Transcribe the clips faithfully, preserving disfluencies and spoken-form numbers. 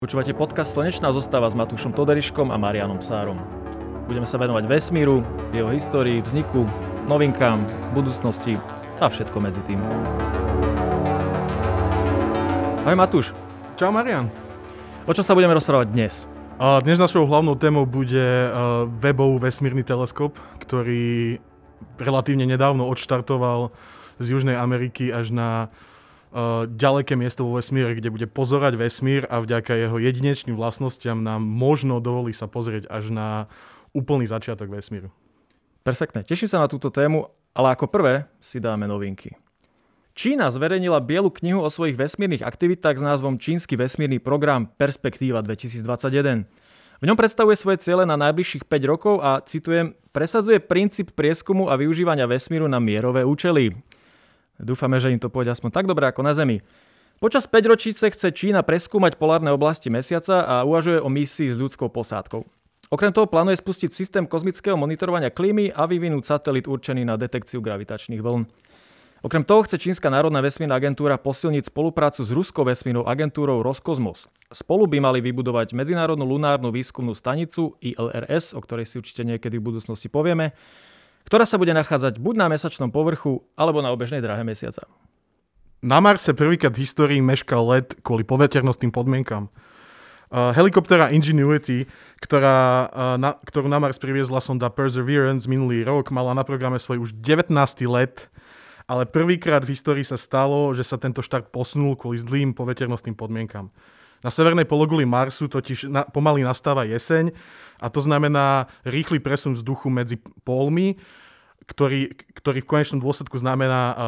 Počúvate podcast Slnečná zostava s Matúšom Toderiškom a Marianom Psárom. Budeme sa venovať vesmíru, jeho histórii, vzniku, novinkám, budúcnosti a všetko medzi tým. Ahoj Matúš. Čau Marian. O čom sa budeme rozprávať dnes? Dnes našou hlavnou témou bude Webbov vesmírny teleskop, ktorý relatívne nedávno odštartoval z Južnej Ameriky až na ďaleké miesto vo vesmíre, kde bude pozorať vesmír a vďaka jeho jedinečným vlastnostiam nám možno dovolí sa pozrieť až na úplný začiatok vesmíru. Perfektne, teším sa na túto tému, ale ako prvé si dáme novinky. Čína zverejnila bielu knihu o svojich vesmírnych aktivitách s názvom Čínsky vesmírny program Perspektíva dvetisícdvadsaťjeden. V ňom predstavuje svoje ciele na najbližších päť rokov a, citujem, presadzuje princíp prieskumu a využívania vesmíru na mierové účely. Dúfame, že im to pôjde aspoň tak dobre ako na Zemi. Počas päťročíce chce Čína preskúmať polárne oblasti Mesiaca a uvažuje o misii s ľudskou posádkou. Okrem toho plánuje spustiť systém kozmického monitorovania klímy a vyvinúť satelit určený na detekciu gravitačných vln. Okrem toho chce Čínska národná vesmírna agentúra posilniť spoluprácu s ruskou vesmírnou agentúrou Roskosmos. Spolu by mali vybudovať Medzinárodnú lunárnu výskumnú stanicu í el er es, o ktorej si určite niekedy v budúcnosti povieme, ktorá sa bude nachádzať buď na mesačnom povrchu, alebo na obežnej dráhe Mesiaca. Na Marse prvýkrát v histórii meškal let kvôli poveternostným podmienkam. Uh, helikoptéra Ingenuity, ktorá, uh, na, ktorú na Mars priviezla sonda Perseverance minulý rok, mala na programe svoj už devätnásty let, ale prvýkrát v histórii sa stalo, že sa tento štart posunul kvôli zlým poveternostným podmienkam. Na severnej pologuli Marsu totiž na, pomaly nastáva jeseň a to znamená rýchly presun vzduchu medzi pólmi, ktorý, ktorý v konečnom dôsledku znamená uh,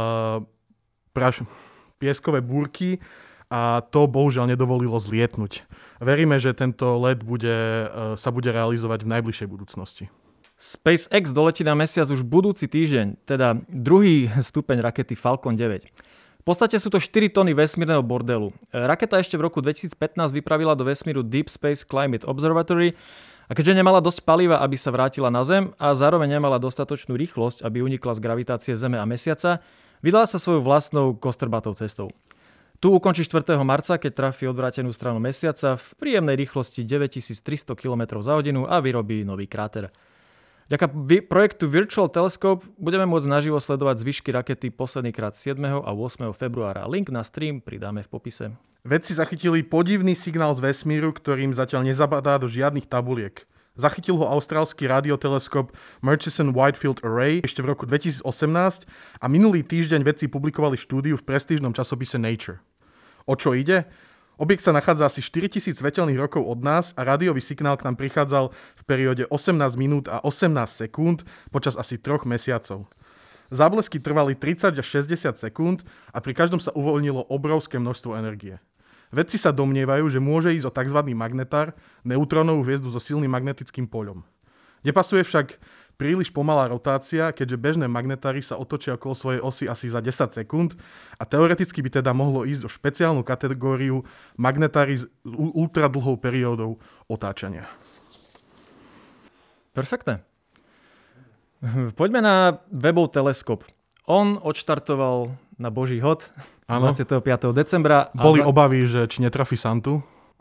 praš, pieskové búrky a to bohužiaľ nedovolilo zlietnúť. Veríme, že tento let bude, uh, sa bude realizovať v najbližšej budúcnosti. SpaceX doletí na Mesiac už budúci týždeň, teda druhý stupeň rakety Falcon deväť. V podstate sú to štyri tony vesmírneho bordelu. Raketa ešte v roku dvetisícpätnásť vypravila do vesmíru Deep Space Climate Observatory a keďže nemala dosť paliva, aby sa vrátila na Zem a zároveň nemala dostatočnú rýchlosť, aby unikla z gravitácie Zeme a Mesiaca, vydala sa svojou vlastnou kostrbatou cestou. Tu ukončí štvrtého marca, keď trafí odvrátenú stranu Mesiaca v príjemnej rýchlosti deväťtisíctristo kilometrov za hodinu a vyrobí nový kráter. Vďaka projektu Virtual Telescope budeme môcť naživo sledovať zvyšky rakety poslednýkrát siedmeho a ôsmeho februára. Link na stream pridáme v popise. Vedci zachytili podivný signál z vesmíru, ktorým zatiaľ nezabadá do žiadnych tabuliek. Zachytil ho austrálsky radioteleskop Murchison Whitefield Array ešte v roku dvetisícosemnásť a minulý týždeň vedci publikovali štúdiu v prestížnom časopise Nature. O čo ide? Objekt sa nachádza asi štyritisíc svetelných rokov od nás a rádiový signál k nám prichádzal v perióde osemnásť minút a osemnásť sekúnd počas asi troch mesiacov. Záblesky trvali tridsať až šesťdesiat sekúnd a pri každom sa uvoľnilo obrovské množstvo energie. Vedci sa domnievajú, že môže ísť o tzv. Magnetár, neutrónovú hviezdu so silným magnetickým poľom. Nepasuje však príliš pomalá rotácia, keďže bežné magnetáry sa otočia okolo svojej osy asi za desať sekúnd a teoreticky by teda mohlo ísť o špeciálnu kategóriu magnetáry s ultradlhou periódou otáčania. Perfektné. Poďme na Webbov teleskop. On odštartoval na Boží hod ano. dvadsiateho piateho decembra. Boli a... obavy, že či netrafí Santu?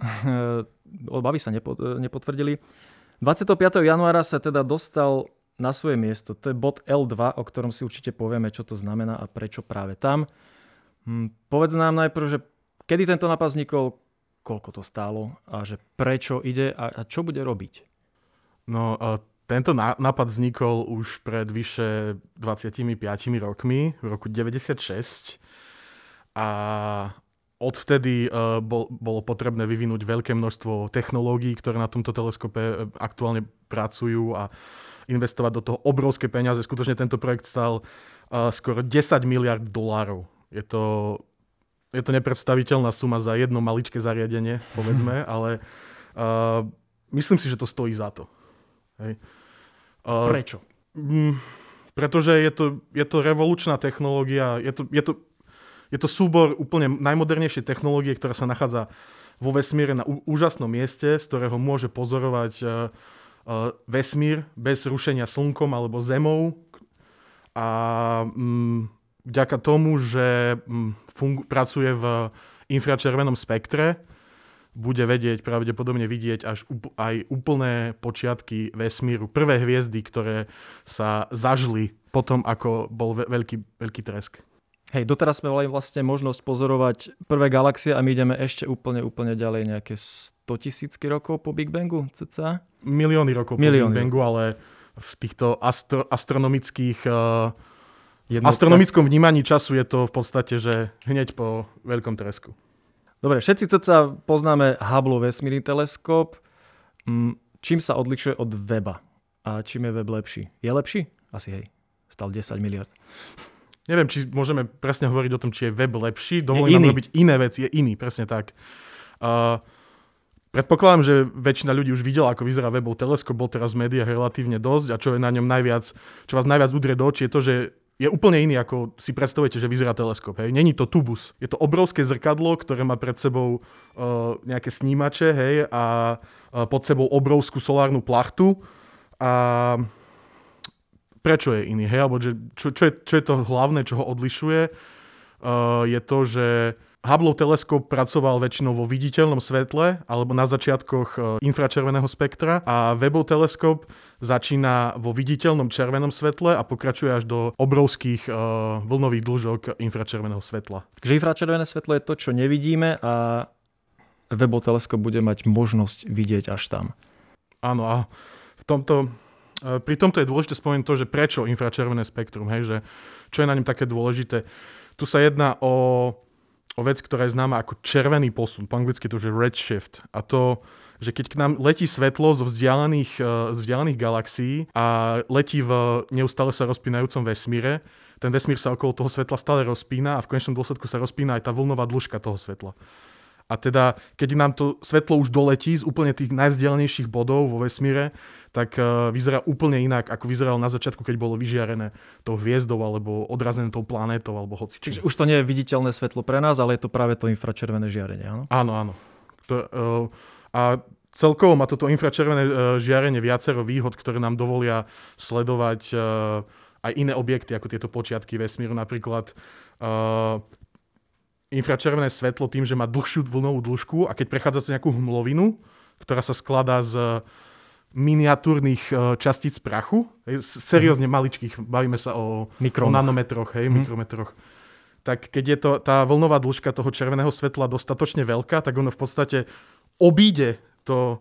Obavy sa nepo, nepotvrdili. dvadsiateho piateho januára sa teda dostal na svoje miesto. To je bod el dva, o ktorom si určite povieme, čo to znamená a prečo práve tam. Hm, povedz nám najprv, že kedy tento nápad vznikol, koľko to stálo a že prečo ide a, a čo bude robiť. No, uh, tento nápad vznikol už pred vyše dvadsaťpäť rokmi, v roku deväťdesiatšesť a odvtedy uh, bol, bolo potrebné vyvinúť veľké množstvo technológií, ktoré na tomto teleskope aktuálne pracujú a investovať do toho obrovské peniaze. Skutočne tento projekt stal uh, skoro desať miliárd dolárov. Je to, je to nepredstaviteľná suma za jedno maličké zariadenie, povedzme, ale uh, myslím si, že to stojí za to. Hej. Uh, Prečo? M, pretože je to, je to revolučná technológia, je to, je to Je to súbor úplne najmodernejšej technológie, ktorá sa nachádza vo vesmíre na ú- úžasnom mieste, z ktorého môže pozorovať uh, uh, vesmír bez rušenia slnkom alebo zemou. A um, vďaka tomu, že um, fungu- pracuje v infračervenom spektre, bude vedieť pravdepodobne vidieť až up- aj úplné počiatky vesmíru. Prvé hviezdy, ktoré sa zažili potom, ako bol ve- veľký, veľký tresk. Hej, doteraz sme mali vlastne možnosť pozorovať prvé galaxie a my ideme ešte úplne, úplne ďalej, nejaké stotisícky rokov po Big Bangu, cca? Milióny rokov Milióny. po Big Bangu, ale v týchto astro- astronomických... Uh, v astronomickom vnímaní času je to v podstate, že hneď po veľkom tresku. Dobre, všetci cca poznáme Hubbleov vesmírny teleskop. Čím sa odlišuje od Webba? A čím je Webb lepší? Je lepší? Asi hej. Stal desať miliard. Neviem, či môžeme presne hovoriť o tom, či je Webb lepší. Dovolím nám robiť iné veci. Je iný, presne tak. Uh, predpokladám, že väčšina ľudí už videla, ako vyzerá Webbov teleskop. Bol teraz v médiách relatívne dosť. A čo je na ňom najviac, čo vás najviac udrie do očí, je to, že je úplne iný, ako si predstavujete, že vyzerá teleskop. Hej. Není to tubus. Je to obrovské zrkadlo, ktoré má pred sebou uh, nejaké snímače, hej, a uh, pod sebou obrovskú solárnu plachtu. A prečo je iný? Hej? Alebo že, čo, čo, je, čo je to hlavné, čo ho odlišuje? Uh, je to, že Hubbleov teleskop pracoval väčšinou vo viditeľnom svetle alebo na začiatkoch infračerveného spektra a Webbov teleskop začína vo viditeľnom červenom svetle a pokračuje až do obrovských uh, vlnových dĺžok infračerveného svetla. Takže infračervené svetlo je to, čo nevidíme a Webbov teleskop bude mať možnosť vidieť až tam. Áno, a v tomto, uh, pri tomto je dôležité spomenúť to, že prečo infračervené spektrum, hej, že čo je na ňom také dôležité. Tu sa jedná o o vec, ktorá je známa ako červený posun. Po anglicky to je redshift. A to, že keď k nám letí svetlo zo vzdialených, z vzdialených galaxií a letí v neustále sa rozpínajúcom vesmíre, ten vesmír sa okolo toho svetla stále rozpína a v konečnom dôsledku sa rozpína aj tá vlnová dĺžka toho svetla. A teda, keď nám to svetlo už doletí z úplne tých najvzdialenejších bodov vo vesmíre, tak uh, vyzerá úplne inak, ako vyzeralo na začiatku, keď bolo vyžiarené tou hviezdou alebo odrazené tou planétou alebo hocičím. Čiže už to nie je viditeľné svetlo pre nás, ale je to práve to infračervené žiarenie, áno? Áno, áno. To, uh, a celkovo má toto infračervené uh, žiarenie viacero výhod, ktoré nám dovolia sledovať uh, aj iné objekty, ako tieto počiatky vesmíru. Napríklad uh, infračervené svetlo tým, že má dlhšiu vlnovú dĺžku a keď prechádza sa nejakú hmlovinu, ktorá sa skladá z miniatúrnych častíc prachu, seriózne maličkých, bavíme sa o, o nanometroch, hej, mm. mikrometroch. Tak keď je to tá vlnová dĺžka toho červeného svetla dostatočne veľká, tak ono v podstate obíde to,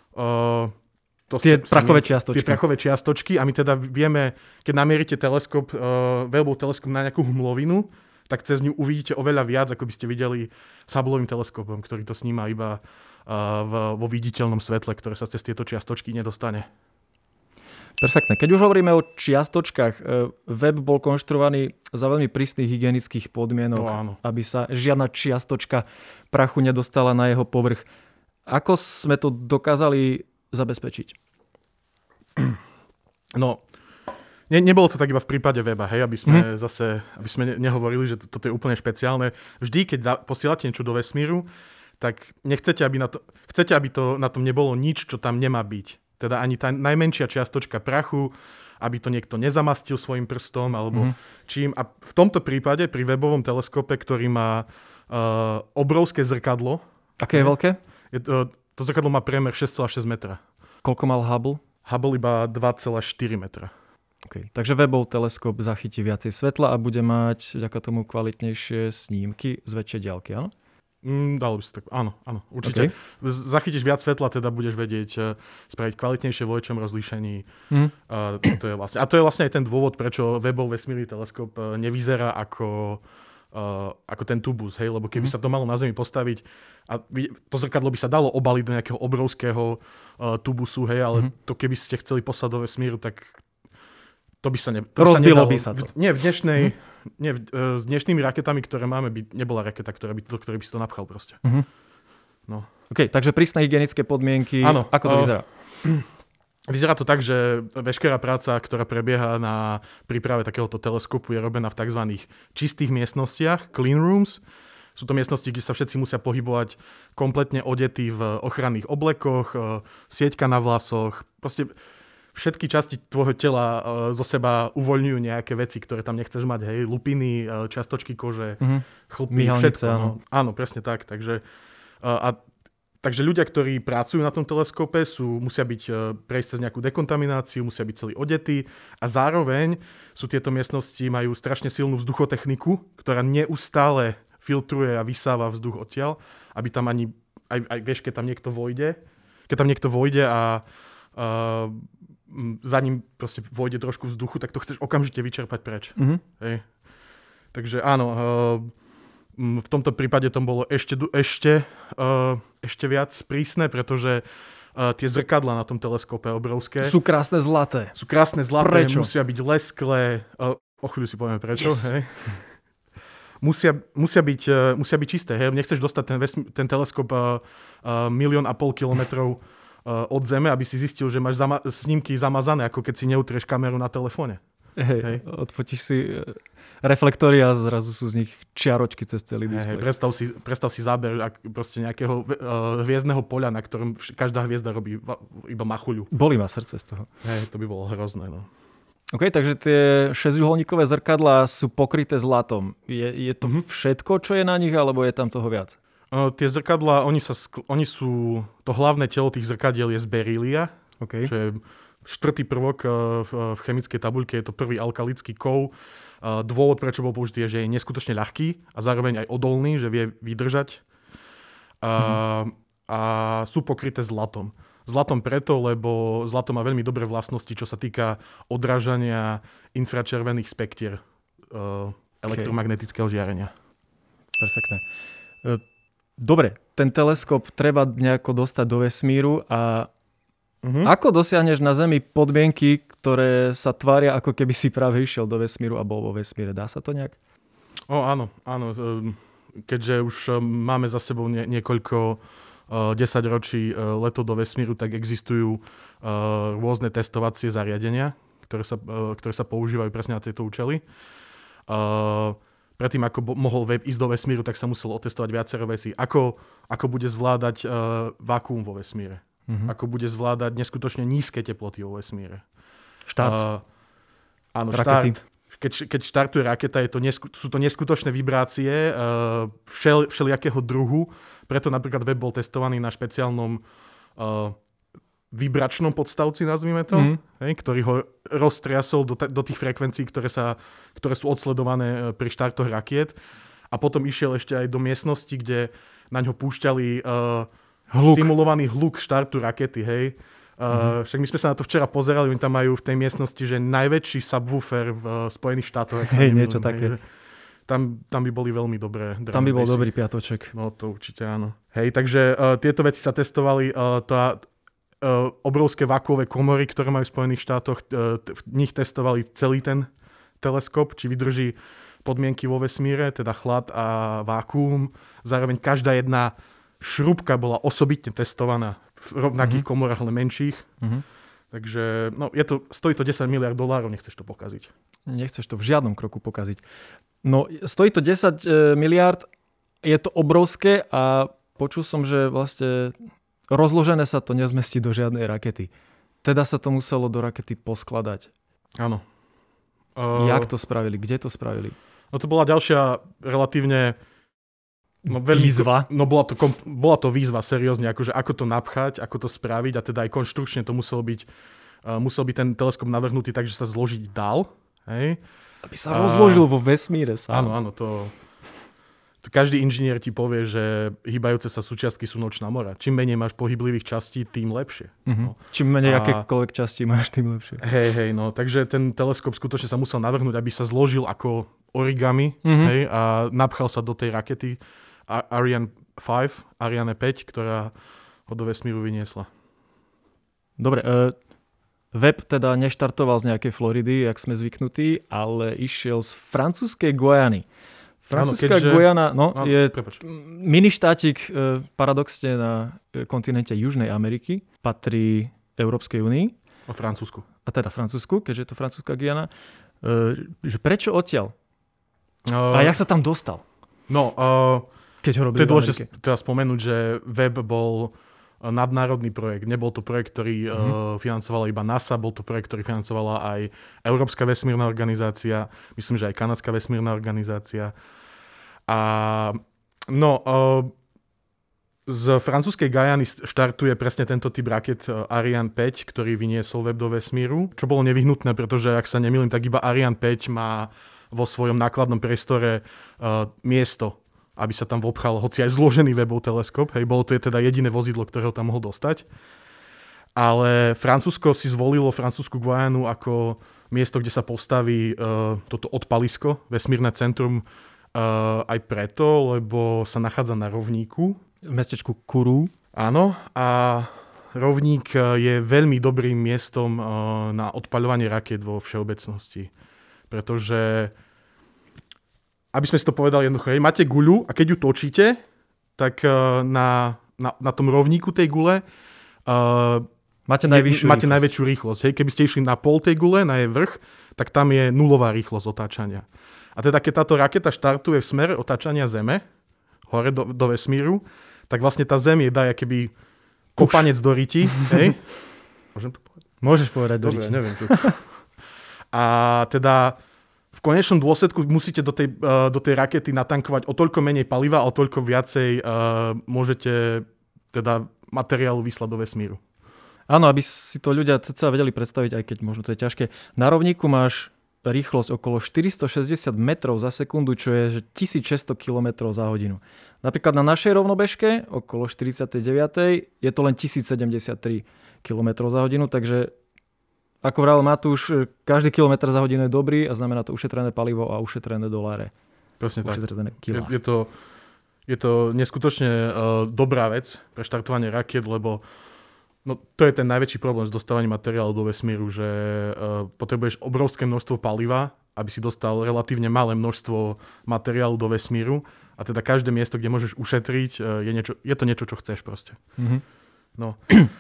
uh, to tie, se, prachové čiastočky. tie prachové čiastočky a my teda vieme, keď namierite teleskop, uh, Webbov teleskop na nejakú hmlovinu, tak cez ňu uvidíte oveľa viac, ako by ste videli s Hubbleovým teleskopom, ktorý to sníma iba V, vo viditeľnom svetle, ktoré sa cez tieto čiastočky nedostane. Perfektne. Keď už hovoríme o čiastočkách, Webb bol konštruovaný za veľmi prísnych hygienických podmienok, no, aby sa žiadna čiastočka prachu nedostala na jeho povrch. Ako sme to dokázali zabezpečiť? No, ne, nebolo to tak iba v prípade Webba, hej, aby sme hmm. zase, aby sme nehovorili, že to, toto je úplne špeciálne. Vždy, keď da, posielate niečo do vesmíru, tak nechcete, aby na to, chcete, aby to na tom nebolo nič, čo tam nemá byť. Teda ani tá najmenšia čiastočka prachu, aby to niekto nezamastil svojim prstom alebo mm-hmm. čím. A v tomto prípade pri Webbovom teleskope, ktorý má uh, obrovské zrkadlo. Aké je veľké? Je, uh, to zrkadlo má priemer šesť celá šesť metra. Koľko mal Hubble? Hubble iba dva celá štyri metra. Okay. Takže Webbov teleskop zachytí viacej svetla a bude mať vďaka tomu kvalitnejšie snímky z väčšej diaľky, áno? Mm, dalo by sa tak. Áno, áno, určite. Okay. Zachytíš viac svetla, teda budeš vedieť uh, spraviť kvalitnejšie vo väčšom rozlíšení. Mm. Uh, to je vlastne, a to je vlastne aj ten dôvod, prečo Webbov vesmírny teleskop uh, nevyzerá ako, uh, ako ten tubus, hej? Lebo keby mm. sa to malo na Zemi postaviť a to zrkadlo by sa dalo obaliť do nejakého obrovského uh, tubusu, hej? Ale mm. to keby ste chceli poslať do vesmíru, tak to by sa, ne, to rozbilo sa nedalo. by sa to. V, nie, v dnešnej... Mm. Nie, s dnešnými raketami, ktoré máme, by nebola raketa, ktorá by, do ktorej by si to napchal proste. Uh-huh. No. OK, takže prísne hygienické podmienky. Áno. Ako to vyzerá? Vyzerá to tak, že veškerá práca, ktorá prebieha na príprave takéhoto teleskopu, je robená v tzv. Čistých miestnostiach, clean rooms. Sú to miestnosti, kde sa všetci musia pohybovať kompletne odetí v ochranných oblekoch, sieťka na vlasoch, proste všetky časti tvojho tela uh, zo seba uvoľňujú nejaké veci, ktoré tam nechceš mať, hej, lupiny, uh, čiastočky kože, mm-hmm. chlpy, všetko. Áno. No. Áno, presne tak. Takže uh, a takže ľudia, ktorí pracujú na tom teleskope, sú, musia byť, prejsť cez nejakú dekontamináciu, musia byť celí odetí a zároveň sú tieto miestnosti, majú strašne silnú vzduchotechniku, ktorá neustále filtruje a vysáva vzduch odtiaľ, aby tam ani, aj, aj vieš, keď tam niekto vojde, keď tam niekto vojde a uh, za ním proste vojde trošku vzduchu, tak to chceš okamžite vyčerpať preč. Mm-hmm. Hej. Takže áno, uh, v tomto prípade to bolo ešte, ešte, uh, ešte viac prísne, pretože uh, tie zrkadlá na tom teleskope obrovské. Sú krásne zlaté. Sú krásne zlaté, prečo? Musia byť lesklé. Uh, o chvíľu si povieme prečo. Yes. Hej. Musia, musia, byť, uh, musia byť čisté. Hej. Nechceš dostať ten, vesm- ten teleskop uh, uh, milión a pol kilometrov uh, od Zeme, aby si zistil, že máš zama- snímky zamazané, ako keď si neutrieš kameru na telefóne. Hej, Hej. Odfotíš si reflektory a zrazu sú z nich čiaročky cez celý displej. Hej, predstav si, predstav si záber ak proste nejakého uh, hviezdneho poľa, na ktorom vš- každá hviezda robí va- iba machuľu. Bolí ma srdce z toho. Hej, to by bolo hrozné, no. OK, takže tie šesťuholníkové zrkadlá sú pokryté zlatom. Je, je to mm-hmm. všetko, čo je na nich, alebo je tam toho viac? Uh, tie zrkadlá, oni, sa skl- oni sú, to hlavné telo tých zrkadiel je z berília, okay. čo je štvrtý prvok v, v chemickej tabuľke, je to prvý alkalický kov. Dôvod, prečo bol použitý, je, že je neskutočne ľahký a zároveň aj odolný, že vie vydržať. A, mm. a sú pokryté zlatom. Zlatom preto, lebo zlato má veľmi dobré vlastnosti, čo sa týka odrážania infračervených spektier uh, elektromagnetického žiarenia. Perfektné. Dobre, ten teleskop treba nejako dostať do vesmíru a Uh-huh. Ako dosiahneš na Zemi podmienky, ktoré sa tvária, ako keby si práve išiel do vesmíru a bol vo vesmíre? Dá sa to nejak? O, áno, áno. Keďže už máme za sebou nie, niekoľko uh, desaťročí uh, letov do vesmíru, tak existujú uh, rôzne testovacie zariadenia, ktoré sa, uh, ktoré sa používajú presne na tieto účely. Uh, predtým, ako bo- mohol web ísť do vesmíru, tak sa musel otestovať viacero vecí. Ako, ako bude zvládať uh, vakuum vo vesmíre. Mm-hmm. Ako bude zvládať neskutočne nízke teploty vo vesmíre. Štart. Uh, áno, rakety. štart. Keď, keď štartuje raketa, je to nesku, sú to neskutočné vibrácie uh, všel, všelijakého druhu. Preto napríklad web bol testovaný na špeciálnom uh, vibračnom podstavci, nazvime to, mm-hmm. hej, ktorý ho roztriasol do, t- do tých frekvencií, ktoré, sa, ktoré sú odsledované pri štartoch rakiet. A potom išiel ešte aj do miestnosti, kde na ňo púšťali uh, Hluk. Simulovaný hluk štartu rakety, hej. Uh, mm-hmm. Však my sme sa na to včera pozerali, oni tam majú v tej miestnosti, že najväčší subwoofer v uh, Spojených štátoch. Hej, niečo také. Hej, tam, tam by boli veľmi dobré. Tam by bol basy. Dobrý piatoček. No to určite áno. Hej, takže uh, tieto veci sa testovali. Uh, tá, uh, obrovské vakuové komory, ktoré majú v Spojených štátoch, uh, v nich testovali celý ten teleskop, či vydrží podmienky vo vesmíre, teda chlad a vákuum. Zároveň každá jedna šrubka bola osobitne testovaná v rovnakých mm-hmm. komorách, ale menších. Mm-hmm. Takže no, je to, stojí to desať miliárd dolárov, nechceš to pokaziť. Nechceš to v žiadnom kroku pokaziť. No, stojí to desať miliárd, je to obrovské a počul som, že vlastne rozložené sa to nezmestí do žiadnej rakety. Teda sa to muselo do rakety poskladať. Áno. Uh, Jak to spravili? Kde to spravili? No to bola ďalšia relatívne No veľmi, výzva? No bola to, bola to výzva, seriózne, akože ako to napchať, ako to spraviť a teda aj konštrukčne to muselo byť, uh, musel byť ten teleskop navrhnutý tak, že sa zložiť dal. Hej? Aby sa uh, rozložil vo vesmíre sám. Áno, áno, to, to každý inžinier ti povie, že hýbajúce sa súčiastky sú nočná mora. Čím menej máš pohyblivých častí, tým lepšie. Uh-huh. No. Čím menej a... akékoľvek častí máš, tým lepšie. Hej, hej, no, takže ten teleskop skutočne sa musel navrhnúť, aby sa zložil ako origami, uh-huh. hej, a napchal sa do tej rakety Ariane päť, Ariane päť, ktorá ho do vesmíru vyniesla. Dobre, uh, web teda neštartoval z nejakej Floridy, jak sme zvyknutí, ale išiel z francúzskej Guajany. Francúzska keďže... Guajana no, áno, je prepáč. mini štátik uh, paradoxne na kontinente Južnej Ameriky, patrí Európskej únii. O Francúzsku. A teda Francúzsku, keďže je to francúzska Guajana. Uh, že prečo odtiaľ? Uh... A jak sa tam dostal? No, uh... Keď ho robili to je dôležité teda spomenúť, že web bol nadnárodný projekt. Nebol to projekt, ktorý mm-hmm. uh, financovala iba NASA, bol to projekt, ktorý financovala aj Európska vesmírna organizácia, myslím, že aj Kanadská vesmírna organizácia. A no, uh, Z francúzskej Guyany štartuje presne tento typ raket Ariane päť, ktorý vyniesol web do vesmíru, čo bolo nevyhnutné, pretože ak sa nemýlim, tak iba Ariane päť má vo svojom nákladnom priestore uh, miesto, aby sa tam vopchal hoci aj zložený webov teleskop. Hej, bolo to je teda jediné vozidlo, ktoré ho tam mohol dostať. Ale Francúzsko si zvolilo francúzsku Guyanu ako miesto, kde sa postaví uh, toto odpalisko, vesmírne centrum, uh, aj preto, lebo sa nachádza na rovníku. V mestečku Kourou. Áno, a rovník je veľmi dobrým miestom uh, na odpaľovanie rakiet vo všeobecnosti. Pretože, aby sme si to povedali jednoducho, hej, máte guľu a keď ju točíte, tak uh, na, na, na tom rovníku tej gule uh, máte, najvyššiu, máte rýchlosť. najväčšiu rýchlosť. Hej. Keby ste išli na pol tej gule, na jej vrch, tak tam je nulová rýchlosť otáčania. A teda keď táto raketa štartuje v smere otáčania Zeme, hore do, do vesmíru, tak vlastne tá Zem je dá keby kopanec do ryti. Hej. Môžem to povedať? Môžeš povedať do Dobre, ryti. neviem. To... A teda v konečnom dôsledku musíte do tej, uh, do tej rakety natankovať o toľko menej paliva, o toľko viacej uh, môžete teda materiálu vyslať do vesmíru. Áno, aby si to ľudia cca vedeli predstaviť, aj keď možno to je ťažké. Na rovníku máš rýchlosť okolo štyristošesťdesiat metrov za sekundu, čo je že tisícšesťsto kilometrov za hodinu. Napríklad na našej rovnobežke, okolo štyridsaťdeväť, je to len tisícsedemdesiattri kilometrov za hodinu, takže ako vravel Matúš, každý kilometr za hodinu je dobrý a znamená to ušetrené palivo a ušetrené doláre. Presne tak. Ušetrené Je, kilá. je, to, je to neskutočne uh, dobrá vec pre štartovanie rakiet, lebo no, to je ten najväčší problém s dostávaním materiálu do vesmíru, že uh, potrebuješ obrovské množstvo paliva, aby si dostal relatívne malé množstvo materiálu do vesmíru. A teda každé miesto, kde môžeš ušetriť, uh, je, niečo, je to niečo, čo chceš proste. Mm-hmm. No.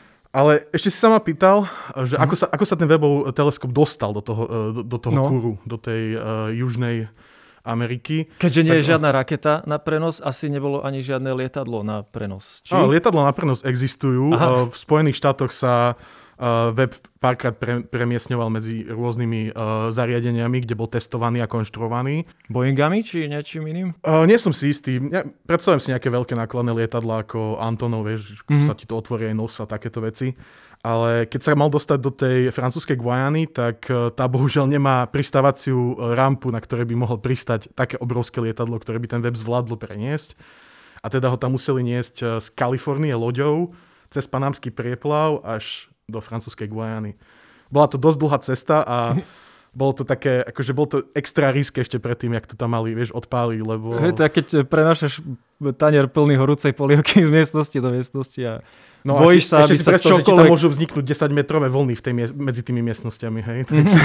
Ale ešte si sa ma pýtal, že mm. ako, sa, ako sa ten Webbov teleskop dostal do toho, do, do toho no. Kourou, do tej uh, južnej Ameriky. Keďže nie tak, je žiadna raketa na prenos, asi nebolo ani žiadne lietadlo na prenos. Či? No, lietadlo na prenos existujú. Aha. V Spojených štátoch sa uh, Webb párkrát pre, premiesňoval medzi rôznymi uh, zariadeniami, kde bol testovaný a konštruovaný. Boeingami či niečím iným? Uh, nie som si istý. Ja predstavím si nejaké veľké nákladné lietadlá ako Antonov, vieš, mm-hmm. sa ti to otvorí aj nos a takéto veci. Ale keď sa mal dostať do tej francúzskej Guyany, tak tá bohužiaľ nemá pristávaciu rampu, na ktorej by mohol pristať také obrovské lietadlo, ktoré by ten Webb zvládlo preniesť. A teda ho tam museli niesť z Kalifornie loďou cez Panamský prieplav až do francúzskej Guyany. Bola to dosť dlhá cesta a bolo to také, akože bol to extra risk ešte predtým, jak to tam mali, vieš, odpáliť, lebo... Hej, to je, keď prenášaš tanier plný horúcej polievky z miestnosti do miestnosti a no, bojíš sa, aby sa predstav, čokoľvek... Že ti tam môžu vzniknúť desaťmetrové vlny v tej, medzi tými miestnostiami, hej?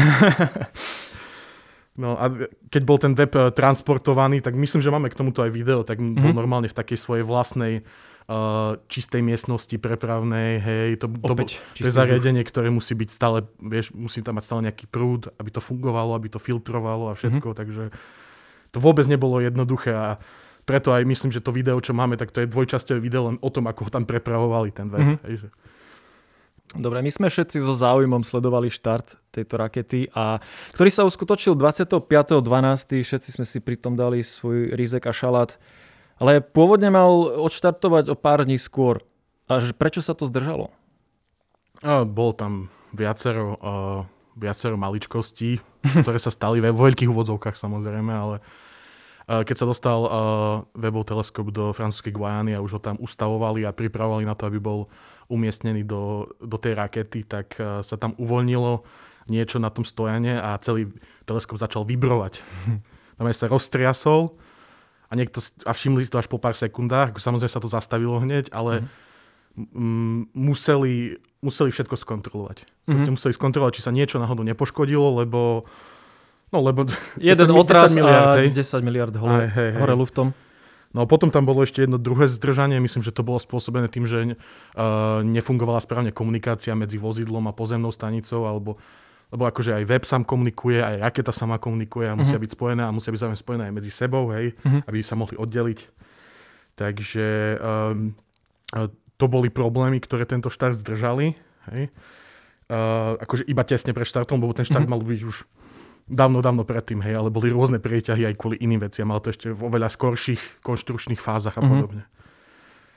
No a keď bol ten Webb transportovaný, tak myslím, že máme k tomuto aj video, tak mm-hmm. bol normálne v takej svojej vlastnej uh, čistej miestnosti prepravnej, hej, to, to, to je zariadenie, ktoré musí byť stále, vieš, musí tam mať stále nejaký prúd, aby to fungovalo, aby to filtrovalo a všetko, mm-hmm. takže to vôbec nebolo jednoduché a preto aj myslím, že to video, čo máme, tak to je dvojčasťové video len o tom, ako ho tam prepravovali ten Webb, mm-hmm. hej, že... Dobre, my sme všetci so záujmom sledovali štart tejto rakety, a ktorý sa uskutočil dvadsiateho piateho decembra. Všetci sme si pri tom dali svoj rizek a šalát. Ale pôvodne mal odštartovať o pár dní skôr. A prečo sa to zdržalo? A bol tam viacero, uh, viacero maličkostí, ktoré sa stali vo veľkých úvodzovkách samozrejme, ale uh, keď sa dostal uh, Webbov teleskop do francúzskej Guyany a už ho tam ustavovali a pripravovali na to, aby bol umiestnený do, do tej rakety, tak uh, sa tam uvoľnilo niečo na tom stojane a celý teleskop začal vibrovať. Tam sa roztriasol a, niekto, a všimli si to až po pár sekundách, samozrejme sa to zastavilo hneď, ale mm. m, museli, museli všetko skontrolovať. Mm-hmm. Museli skontrolovať, či sa niečo náhodou nepoškodilo, lebo no lebo jeden otras a desať miliard hore, hej, hej. hore luftom. No a potom tam bolo ešte jedno druhé zdržanie, myslím, že to bolo spôsobené tým, že uh, nefungovala správne komunikácia medzi vozidlom a pozemnou stanicou, alebo, lebo akože aj Webb sám komunikuje, aj raketa sama komunikuje a musia uh-huh. byť spojené a musia byť zároveň spojené aj medzi sebou, hej, uh-huh. aby sa mohli oddeliť. Takže um, to boli problémy, ktoré tento štart zdržali, hej. Uh, akože iba tesne pred štartom, lebo ten štart uh-huh. mal byť už dávno, dávno predtým, hej, ale boli rôzne prieťahy aj kvôli iným veciam, ale to ešte v oveľa skorších konštrukčných fázach a podobne.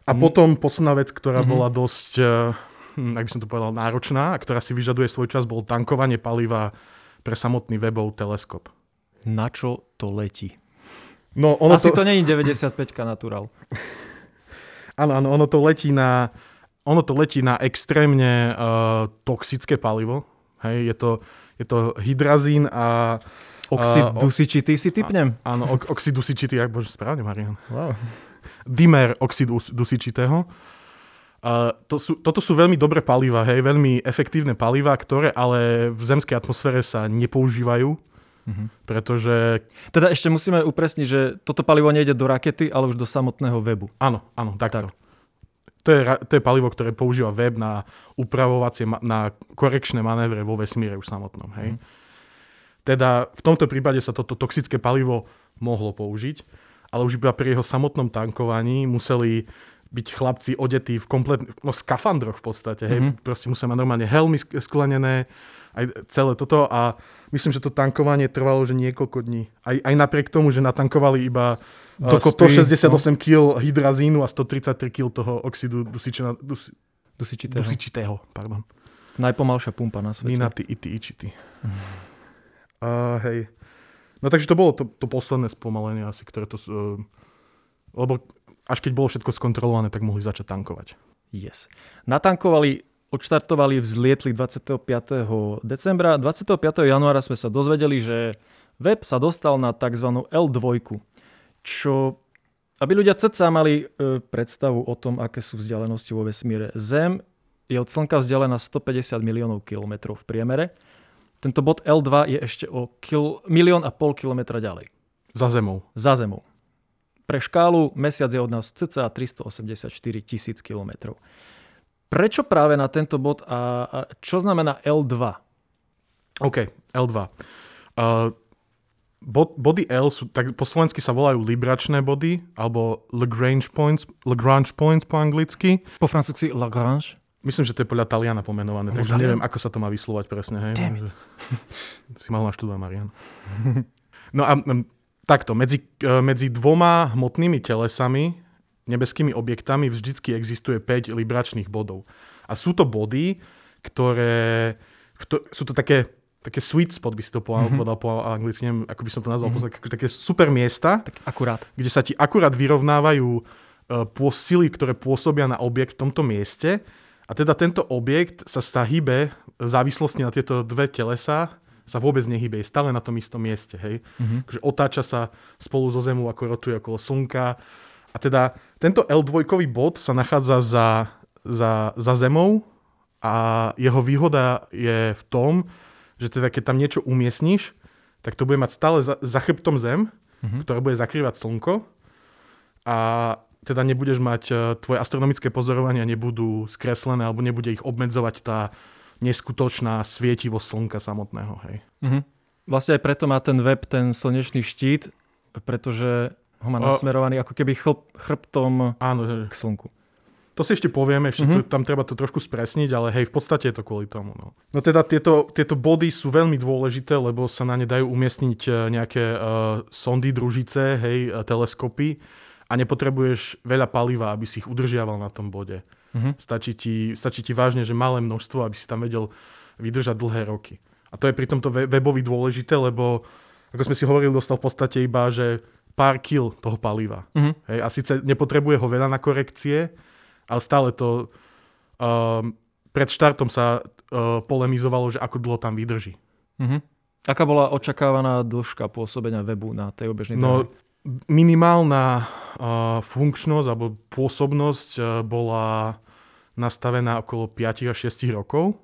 A mm. potom posledná vec, ktorá mm-hmm. bola dosť, hm, ak by som to povedal, náročná a ktorá si vyžaduje svoj čas, bol tankovanie paliva pre samotný Webbov teleskop. Na čo to letí? No, ono Asi to, to není deväťdesiatpäť Natural. Áno, áno, ono to letí na, ono to letí na extrémne uh, toxické palivo. Hej, je to, je to hydrazín a... Oxid uh, dusičitý si typnem? Áno, ok, oxid dusičitý, ak bože, správne, Marian. Wow. Dimer oxidu dusičitého. Uh, to sú, toto sú veľmi dobré paliva, hej, veľmi efektívne paliva, ktoré ale v zemskej atmosfére sa nepoužívajú, mm-hmm. pretože... Teda ešte musíme upresniť, že toto palivo nejde do rakety, ale už do samotného webu. Áno, áno, takto. Tak. To je, to je palivo, ktoré používa web na upravovacie, na korekčné manévre vo vesmíre už samotnom, hej. Mm. Teda v tomto prípade sa toto toxické palivo mohlo použiť, ale už iba pri jeho samotnom tankovaní museli byť chlapci odetí v kompletných, no skafandroch v podstate, hej, mm-hmm. proste musia mať normálne helmy sklenené, aj celé toto a myslím, že to tankovanie trvalo že niekoľko dní. Aj, aj napriek tomu, že natankovali iba dokopy stošesťdesiatosem no. kilogramov hydrazínu a stotridsaťtri kilogramov toho oxidu dusičena, dus, dusičitého. dusičitého. Pardon. Najpomalšia pumpa na svete. Minaty, ity, ičity. Uh, hej. No takže to bolo to, to posledné spomalenie asi, ktoré to... Uh, lebo až keď bolo všetko skontrolované, tak mohli začať tankovať. Yes. Natankovali, odštartovali, vzlietli dvadsiateho piateho decembra. dvadsiateho piateho januára sme sa dozvedeli, že web sa dostal na tzv. el dva, čo, aby ľudia cca mali e, predstavu o tom, aké sú vzdialenosti vo vesmíre. Zem je od Slnka vzdialená stopäťdesiat miliónov kilometrov v priemere. Tento bod el dva je ešte o kil, milión a pol kilometra ďalej. Za Zemou. Za Zemou. Pre škálu Mesiac je od nás cca tristoosemdesiatštyri tisíc kilometrov. Prečo práve na tento bod a, a čo znamená el dva? OK, el dva. Uh, bod, body L sú, tak po slovensky sa volajú libračné body, alebo Lagrange points, Lagrange points po anglicky. Po francúzsky Lagrange? Myslím, že to je podľa Taliana pomenované, no, takže neviem, ako sa to má vyslovať presne. Hej? Si mal naštudovať, Marian. No a um, takto, medzi, medzi dvoma hmotnými telesami, nebeskými objektami, vždycky existuje päť libračných bodov. A sú to body, ktoré... Kto, sú to také, také sweet spot, by si to povedal mm-hmm. po anglicky, neviem, ako by som to nazval, mm-hmm. také super miesta, tak akurát. Kde sa ti akurát vyrovnávajú uh, sily, ktoré pôsobia na objekt v tomto mieste. A teda tento objekt sa hýbe v závislosti na tieto dve telesa, sa vôbec nehybe, je stále na tom istom mieste. Hej? Mm-hmm. Takže otáča sa spolu so Zemou, ako rotuje okolo Slnka. A teda tento el dva bod sa nachádza za, za, za Zemou a jeho výhoda je v tom, že teda keď tam niečo umiestniš, tak to bude mať stále za, za chrbtom Zem, mm-hmm. ktorá bude zakrývať Slnko a teda nebudeš mať, tvoje astronomické pozorovania nebudú skreslené alebo nebude ich obmedzovať tá neskutočná svietivosť Slnka samotného. Hej. Mm-hmm. Vlastne aj preto má ten web ten slnečný štít, pretože ho má nasmerovaný ako keby chlp, chrbtom áno, k Slnku. To si ešte povieme, ešte mm-hmm. to, tam treba to trošku spresniť, ale hej, v podstate je to kvôli tomu. No, no teda tieto, tieto body sú veľmi dôležité, lebo sa na ne dajú umiestniť nejaké uh, sondy, družice, hej, teleskopy a nepotrebuješ veľa paliva, aby si ich udržiaval na tom bode. Mm-hmm. Stačí ti, stačí ti vážne, že malé množstvo, aby si tam vedel vydržať dlhé roky. A to je pri tomto webovi dôležité, lebo ako sme si hovorili, dostal v podstate iba, že pár kil toho paliva. Mm-hmm. Hej, a síce nepotrebuje ho veľa na korekcie, ale stále to um, pred štartom sa uh, polemizovalo, že ako dlho tam vydrží. Mm-hmm. Aká bola očakávaná dĺžka pôsobenia webu na tej obežnej No, minimálna uh, funkčnosť alebo pôsobnosť uh, bola nastavená okolo päť až šesť rokov.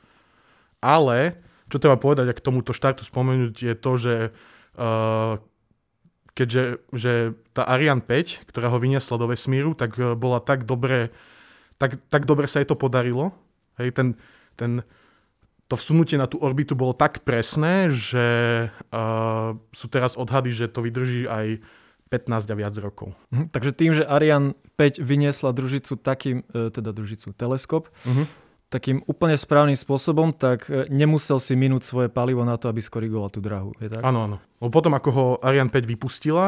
Ale, čo treba povedať, a k tomuto štartu spomenúť, je to, že uh, keďže že tá Ariane päť, ktorá ho vyniesla do vesmíru, tak bola tak dobre, tak, tak dobre sa jej to podarilo. Hej, ten, ten, to vsunutie na tú orbitu bolo tak presné, že uh, sú teraz odhady, že to vydrží aj pätnásť a viac rokov. Mhm, takže tým, že Ariane päť vyniesla družicu takým, teda družicu teleskop, uh-huh. takým úplne správnym spôsobom, tak nemusel si minúť svoje palivo na to, aby skorigoval tú dráhu. Je tak? Áno, áno. Potom, ako ho Ariane päť vypustila,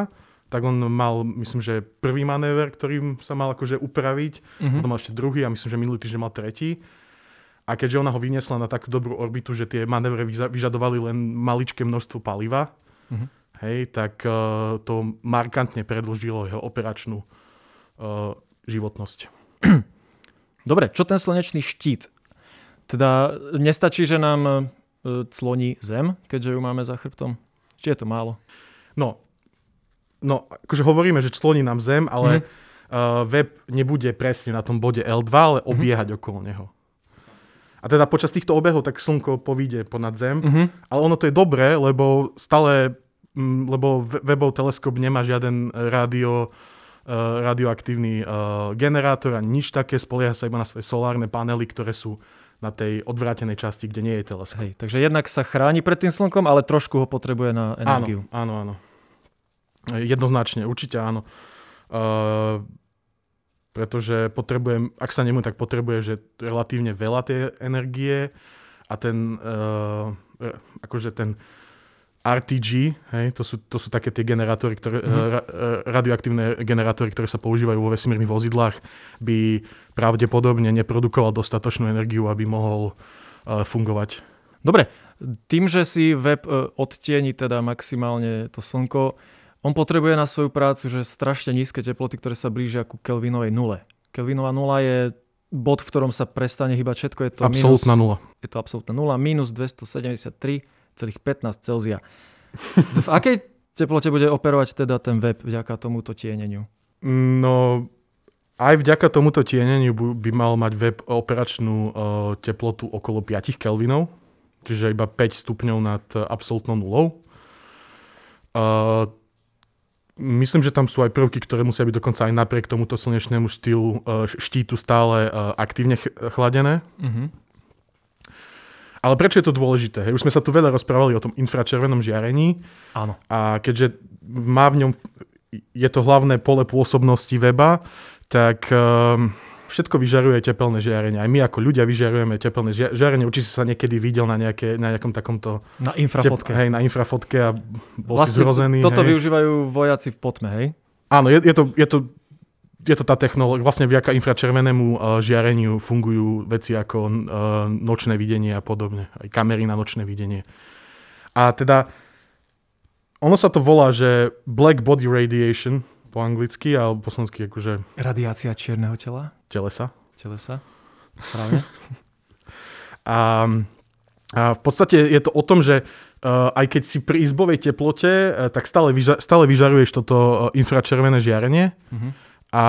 tak on mal, myslím, že prvý manéver, ktorým sa mal akože upraviť, uh-huh. potom mal ešte druhý a myslím, že minulý týždeň mal tretí. A keďže ona ho vyniesla na takú dobrú orbitu, že tie manévre vyžadovali len maličké množstvo paliva, uh-huh. hej, tak uh, to markantne predĺžilo jeho operačnú uh, životnosť. Dobre, čo ten slnečný štít? Teda nestačí, že nám uh, cloní Zem, keďže ju máme za chrbtom? Či je to málo? No, no akože hovoríme, že cloní nám Zem, ale uh-huh. uh, web nebude presne na tom bode el dva, ale obiehať uh-huh. okolo neho. A teda počas týchto obehov tak slnko povíde ponad Zem, uh-huh. ale ono to je dobré, lebo stále, m, lebo Webbov teleskop nemá žiaden rádio, uh, radioaktívny uh, generátor ani nič také, spolieha sa iba na svoje solárne panely, ktoré sú na tej odvrátenej časti, kde nie je teleskop. Hej, takže jednak sa chráni pred tým slnkom, ale trošku ho potrebuje na energiu. Áno, áno, áno. Jednoznačne, určite áno. Uh, pretože potrebujem, ak sa nemu, tak potrebuje, že relatívne veľa tej energie a ten, uh, akože ten er té gé, hej, to sú, to sú také tie generátory, ktoré, mm. ra, radioaktívne generátory, ktoré sa používajú vo vesmírnych vozidlách, by pravdepodobne neprodukoval dostatočnú energiu, aby mohol uh, fungovať. Dobre, tým, že si web uh, odtieni teda maximálne to slnko, on potrebuje na svoju prácu, že strašne nízke teploty, ktoré sa blížia ku Kelvinovej nule. Kelvinová nula je bod, v ktorom sa prestane hýbať všetko. Je to absolútna nula. Je to absolútna nula. Minus dvestosedemdesiattri celá pätnásť Celzia. V akej teplote bude operovať teda ten web vďaka tomuto tieneniu? No, aj vďaka tomuto tieneniu by mal mať web operačnú uh, teplotu okolo päť Kelvinov, čiže iba päť stupňov nad absolútnou nulou. Uh, Myslím, že tam sú aj prvky, ktoré musia byť dokonca aj napriek tomuto slnečnému štýlu, štítu stále aktívne chladené. Mm-hmm. Ale prečo je to dôležité? Hej, už sme sa tu veľa rozprávali o tom infračervenom žiarení. Áno. A keďže má v ňom, je to hlavné pole pôsobnosti weba, tak um, všetko vyžaruje tepelné žiarenie. Aj my ako ľudia vyžarujeme tepelné žiarenie. Určite sa niekedy videl na, nejaké, na nejakom takomto... Na infrafotke. Tep, hej, na infrafotke a bol vlastne si zrozený. Toto hej. využívajú vojaci v potme, hej? Áno, je, je, to, je, to, je to tá technológia. Vlastne vďaka infračervenému uh, žiareniu fungujú veci ako uh, nočné videnie a podobne. Aj kamery na nočné videnie. A teda ono sa to volá, že black body radiation po anglicky, alebo po slovensky akože... Radiácia čierneho tela? Telesa. Telesa, správne. a, a v podstate je to o tom, že uh, aj keď si pri izbovej teplote, uh, tak stále, vyža- stále vyžaruješ toto uh, infračervené žiarenie. Uh-huh. A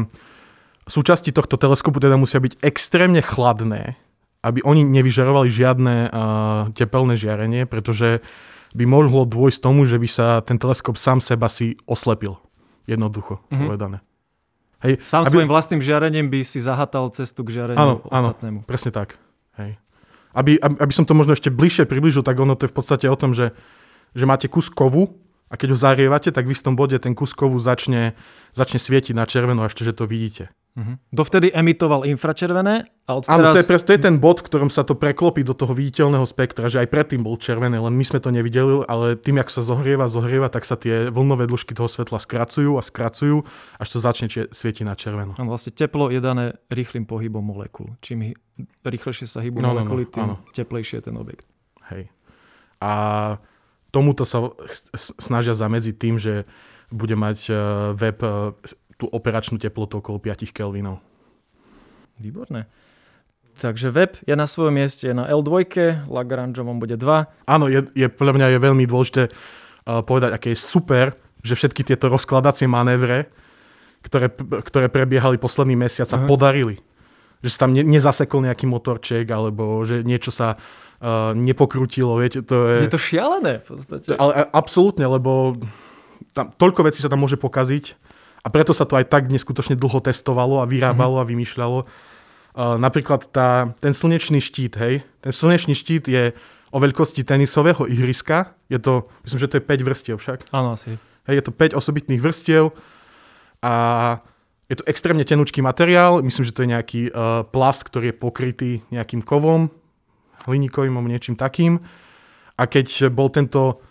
súčasti tohto teleskopu teda musia byť extrémne chladné, aby oni nevyžarovali žiadne uh, tepelné žiarenie, pretože by mohlo dôjsť tomu, že by sa ten teleskop sám seba si oslepil. Jednoducho mm-hmm. povedané. Hej, Sám aby... svojim vlastným žiarením by si zahatal cestu k žiareniu áno, ostatnému. Áno, presne tak. Hej. Aby, aby, aby som to možno ešte bližšie približil, tak ono to je v podstate o tom, že, že máte kus kovu a keď ho zarievate, tak v istom bode ten kus kovu začne, začne svietiť na červeno, až to, že to vidíte. Uh-huh. Dovtedy emitoval infračervené a odteraz... Áno, to je, to je ten bod, v ktorom sa to preklopí do toho viditeľného spektra, že aj predtým bol červené, len my sme to nevideli, ale tým, jak sa zohrieva, zohrieva, tak sa tie vlnové dĺžky toho svetla skracujú a skracujú, až to začne či- svietiť na červeno. Áno, vlastne teplo je dané rýchlym pohybom molekúl. Čím hy- rýchlejšie sa hýbu no, molekuly, no, no, tým áno. teplejšie je ten objekt. Hej. A tomuto sa snažia zamedziť tým, že bude mať web tú operačnú teplotu okolo päť Kelvinov. Výborné. Takže web je na svojom mieste na el dva, Lagrangeovom bude dva. Áno, je, je, podľa mňa je veľmi dôležité uh, povedať, aké je super, že všetky tieto rozkladacie manévre, ktoré, ktoré prebiehali posledný mesiac, sa uh-huh. podarili. Že sa tam ne, nezasekol nejaký motorček, alebo že niečo sa uh, nepokrutilo. Viete, to je... je to šialené v podstate. Ale absolútne, lebo tam, toľko vecí sa tam môže pokaziť. A preto sa to aj tak neskutočne dlho testovalo a vyrábalo mm-hmm. a vymýšľalo. Uh, napríklad tá, ten slnečný štít, hej. Ten slnečný štít je o veľkosti tenisového ihriska. Je to, myslím, že to je päť vrstiev však. Áno, asi. Hej, je to päť osobitných vrstiev a je to extrémne tenučký materiál. Myslím, že to je nejaký uh, plast, ktorý je pokrytý nejakým kovom, hliníkovým alebo niečím takým. A keď bol tento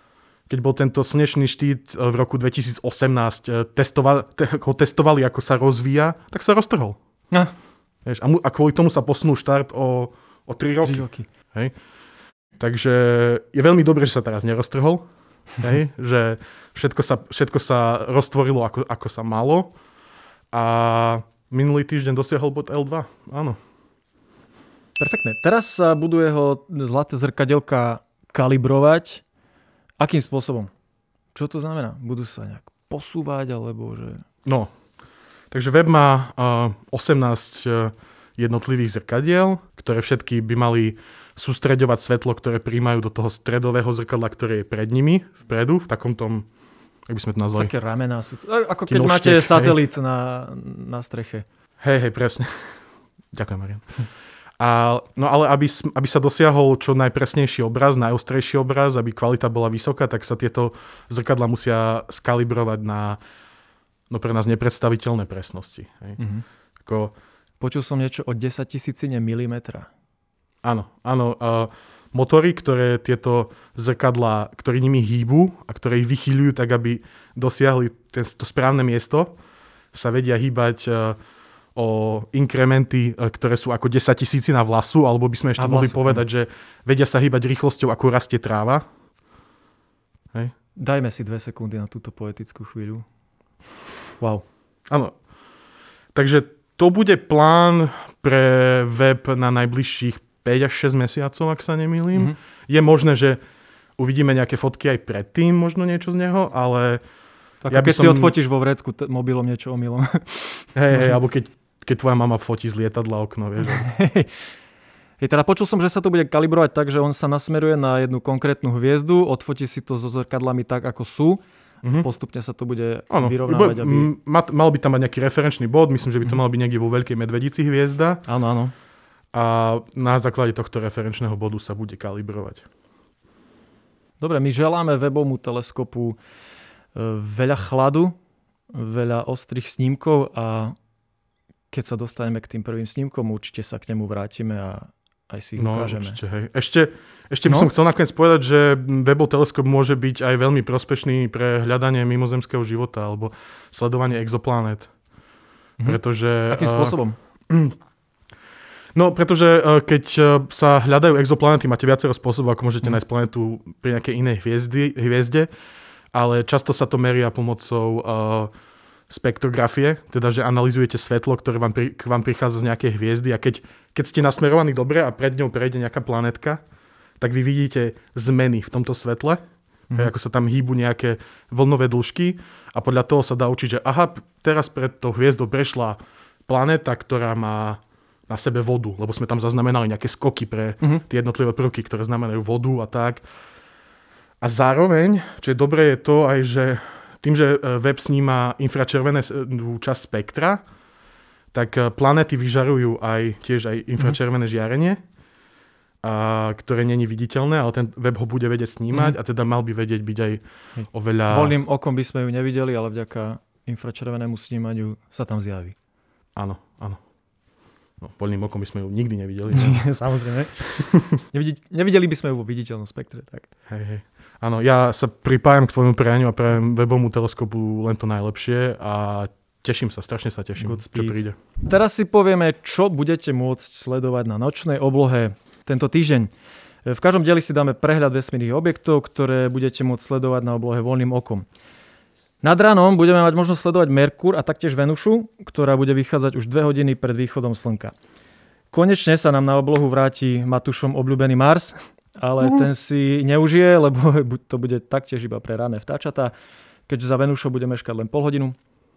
keď bol tento slnečný štít v roku dvetisícosemnásť, testova, te, ho testovali, ako sa rozvíja, tak sa roztrhol. No. Vieš, a, mu, a kvôli tomu sa posunul štart o, o tri roky. tri roky. Hej. Takže je veľmi dobré, že sa teraz neroztrhol. Hej, že všetko sa, všetko sa roztvorilo, ako, ako sa malo. A minulý týždeň dosiahol bod el dva. Áno. Perfektne. Teraz sa budú jeho zlaté zrkadielka kalibrovať. Akým spôsobom? Čo to znamená? Budú sa nejak posúvať, alebo že... No, takže web má uh, osemnásť uh, jednotlivých zrkadiel, ktoré všetky by mali sústreďovať svetlo, ktoré príjmajú do toho stredového zrkadla, ktoré je pred nimi, vpredu, v takom tom, jak by sme to nazvali? Také ramená sú. Ako keď máte satelít na, na streche. Hej, hej, presne. Ďakujem, Marian. A, no ale aby, aby sa dosiahol čo najpresnejší obraz, najostrejší obraz, aby kvalita bola vysoká, tak sa tieto zrkadla musia skalibrovať na no pre nás nepredstaviteľné presnosti. Hej. Mm-hmm. Ako, počul som niečo o desaťtisícine milimetra. Áno, áno. Uh, motory, ktoré tieto zrkadlá, ktoré nimi hýbu a ktoré ich vychýľujú tak, aby dosiahli ten, to správne miesto, sa vedia hýbať uh, o inkrementy, ktoré sú ako desaťtisícina vlasu, alebo by sme ešte mohli povedať, že vedia sa hýbať rýchlosťou, ako rastie tráva. Hej. Dajme si dve sekundy na túto poetickú chvíľu. Wow. Áno. Takže to bude plán pre web na najbližších päť až šesť mesiacov, ak sa nemýlim. Mm-hmm. Je možné, že uvidíme nejaké fotky aj predtým, možno niečo z neho, ale... Tak ja keď som... si odfotíš vo vrecku t- mobilom niečo omylom. Hej, hej, alebo keď keď tvoja mama fotí z lietadla okno, vieš. Hej, teda počul som, že sa to bude kalibrovať tak, že on sa nasmeruje na jednu konkrétnu hviezdu, odfotí si to so zrkadlami tak, ako sú. Mm-hmm. Postupne sa to bude ano, vyrovnávať. Aby... Mal by tam mať nejaký referenčný bod, myslím, že by to mm-hmm. mal byť niekde vo Veľkej Medvedici hviezda. Áno, áno. A na základe tohto referenčného bodu sa bude kalibrovať. Dobre, my želáme webovmu teleskopu veľa chladu, veľa ostrých snímkov a keď sa dostaneme k tým prvým snímkom, určite sa k nemu vrátime a aj si ich no, ukážeme. Určite, hej. Ešte, ešte by no? som chcel nakoniec povedať, že webov teleskop môže byť aj veľmi prospešný pre hľadanie mimozemského života alebo sledovanie exoplanét. Mhm. Pretože... Akým spôsobom? Uh, no, pretože uh, keď uh, sa hľadajú exoplanety, máte viacero spôsobov, ako môžete mhm. nájsť planetu pri nejakej inej hviezdy, hviezde, ale často sa to meria pomocou... Uh, spektrografie, teda že analyzujete svetlo, ktoré vám, pri, k vám prichádza z nejakej hviezdy a keď, keď ste nasmerovaní dobre a pred ňou prejde nejaká planetka, tak vy vidíte zmeny v tomto svetle, mm. hej, ako sa tam hýbu nejaké vlnové dĺžky a podľa toho sa dá učiť, že aha, teraz pred tou hviezdou prešla planéta, ktorá má na sebe vodu, lebo sme tam zaznamenali nejaké skoky pre mm. tie jednotlivé prvky, ktoré znamenajú vodu a tak. A zároveň, čo je dobré, je to aj, že tým, že web sníma infračervené časť spektra, tak planéty vyžarujú aj tiež aj infračervené mm. žiarenie, a, ktoré není viditeľné, ale ten web ho bude vedieť snímať mm. a teda mal by vedieť byť aj Hej. oveľa... Voľným okom by sme ju nevideli, ale vďaka infračervenému snímaniu sa tam zjaví. Áno, áno. No, voľným okom by sme ju nikdy nevideli. Samozrejme. Nevideli, nevideli by sme ju vo viditeľnom spektre. Tak. Hej, hej. Áno, ja sa pripájam k tvojmu prianiu a prajem webovmu teleskopu len to najlepšie a teším sa, strašne sa teším, čo príde. Teraz si povieme, čo budete môcť sledovať na nočnej oblohe tento týždeň. V každom dieli si dáme prehľad vesmírnych objektov, ktoré budete môcť sledovať na oblohe voľným okom. Nad ránom budeme mať možnosť sledovať Merkur a taktiež Venušu, ktorá bude vychádzať už dve hodiny pred východom Slnka. Konečne sa nám na oblohu vráti Matúšom obľúbený Mars, ale uh-huh. ten si neužije, lebo to bude taktiež iba pre rané vtáčatá, keďže za Venušou bude meškať len pol hodinu.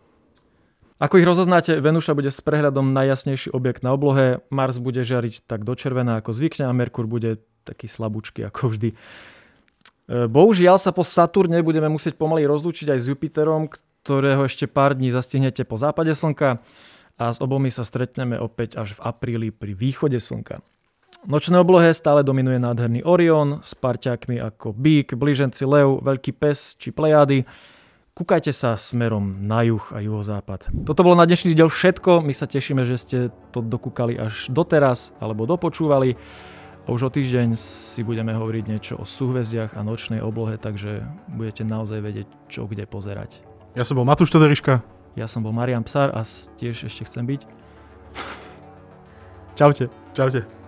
Ako ich rozoznáte, Venuša bude s prehľadom najjasnejší objekt na oblohe, Mars bude žiariť tak do červená ako zvykne a Merkur bude taký slabúčky ako vždy. Bohužiaľ sa po Saturne budeme musieť pomaly rozlúčiť aj s Jupiterom, ktorého ešte pár dní zastihnete po západe Slnka a s obomi sa stretneme opäť až v apríli pri východe Slnka. V nočnej oblohe stále dominuje nádherný Orion s parťákmi ako Bík, Blíženci, Lev, Veľký pes či Plejády. Kúkajte sa smerom na juh a juhozápad. Toto bolo na dnešný diel všetko. My sa tešíme, že ste to dokúkali až doteraz alebo dopočúvali. A už o týždeň si budeme hovoriť niečo o súhvezdiach a nočnej oblohe, takže budete naozaj vedieť, čo kde pozerať. Ja som bol Matúš Todoriška. Ja som bol Marián Psár a tiež ešte chcem byť. Čaute. Čaute.